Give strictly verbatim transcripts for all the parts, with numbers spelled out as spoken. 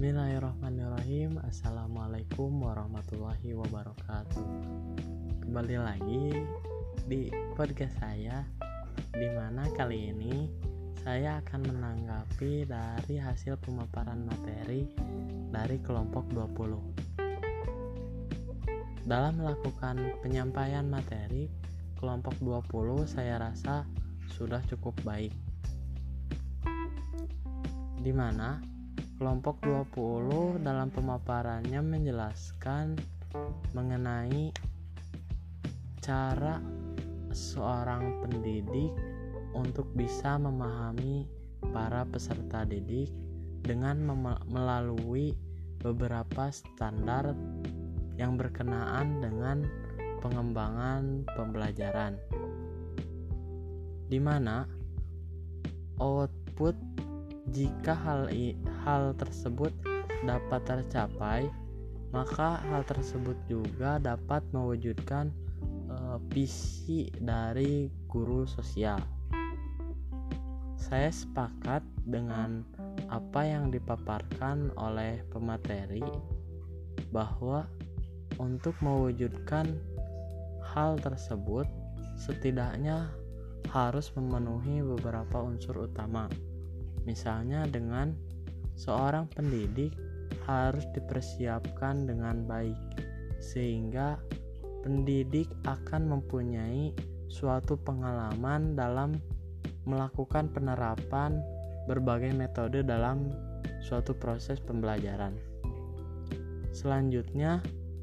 Bismillahirrahmanirrahim. Assalamualaikum warahmatullahi wabarakatuh. Kembali lagi di podcast saya, di mana kali ini saya akan menanggapi dari hasil pemaparan materi dari kelompok dua puluh. Dalam melakukan penyampaian materi kelompok dua puluh, saya rasa sudah cukup baik, di mana kelompok dua puluh dalam pemaparannya menjelaskan mengenai cara seorang pendidik untuk bisa memahami para peserta didik dengan mem- melalui beberapa standar yang berkenaan dengan pengembangan pembelajaran, di mana output jika hal i- hal tersebut dapat tercapai, maka hal tersebut juga dapat mewujudkan e, visi dari guru sosial. Saya sepakat dengan apa yang dipaparkan oleh pemateri, bahwa untuk mewujudkan hal tersebut setidaknya harus memenuhi beberapa unsur utama. Misalnya dengan seorang pendidik harus dipersiapkan dengan baik, sehingga pendidik akan mempunyai suatu pengalaman dalam melakukan penerapan berbagai metode dalam suatu proses pembelajaran. Selanjutnya,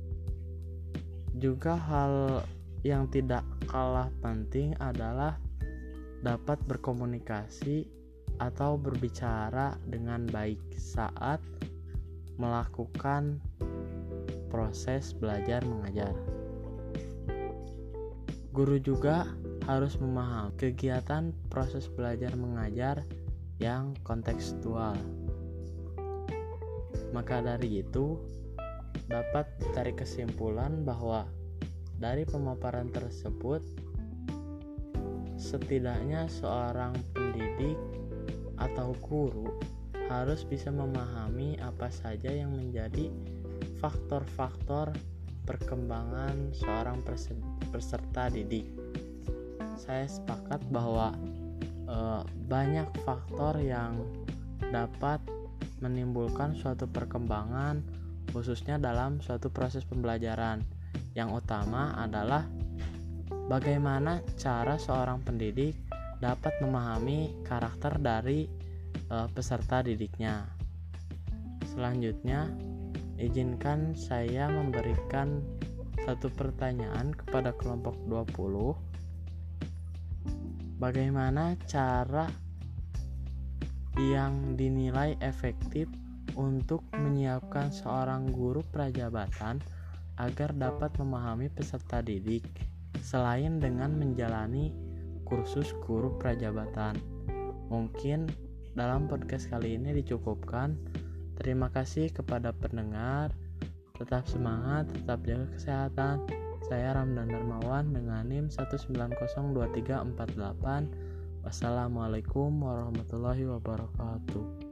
juga hal yang tidak kalah penting adalah dapat berkomunikasi atau berbicara dengan baik saat melakukan proses belajar mengajar. Guru juga harus memahami kegiatan proses belajar mengajar yang kontekstual. Maka dari itu, dapat ditarik kesimpulan bahwa dari pemaparan tersebut, setidaknya seorang pendidik atau guru harus bisa memahami apa saja yang menjadi faktor-faktor perkembangan seorang peserta didik. Saya sepakat bahwa e, banyak faktor yang dapat menimbulkan suatu perkembangan, khususnya dalam suatu proses pembelajaran. Yang utama adalah bagaimana cara seorang pendidik dapat memahami karakter dari e, peserta didiknya. Selanjutnya, izinkan saya memberikan satu pertanyaan kepada kelompok dua puluh. Bagaimana cara yang dinilai efektif untuk menyiapkan seorang guru prajabatan agar dapat memahami peserta didik, selain dengan menjalani kursus guru prajabatan? Mungkin dalam podcast kali ini dicukupkan. Terima kasih kepada pendengar. Tetap semangat, tetap jaga kesehatan. Saya Ramdan Darmawan dengan N I M satu sembilan nol dua tiga empat delapan. Wassalamualaikum warahmatullahi wabarakatuh.